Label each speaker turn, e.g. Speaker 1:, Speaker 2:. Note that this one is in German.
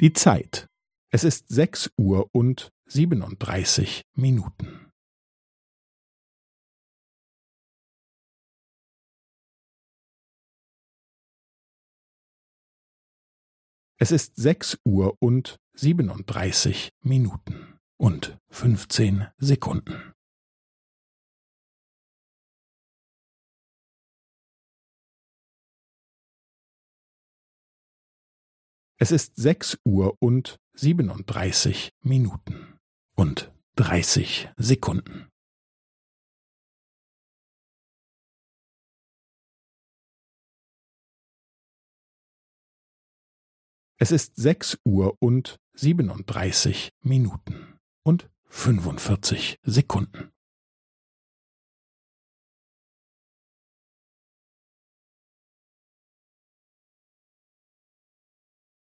Speaker 1: Die Zeit. Es ist 6:37 Minuten. Es ist 6:37 Minuten und 15 Sekunden. Es ist 6:37 Minuten und 30 Sekunden. Es ist 6:37 Minuten und 45 Sekunden.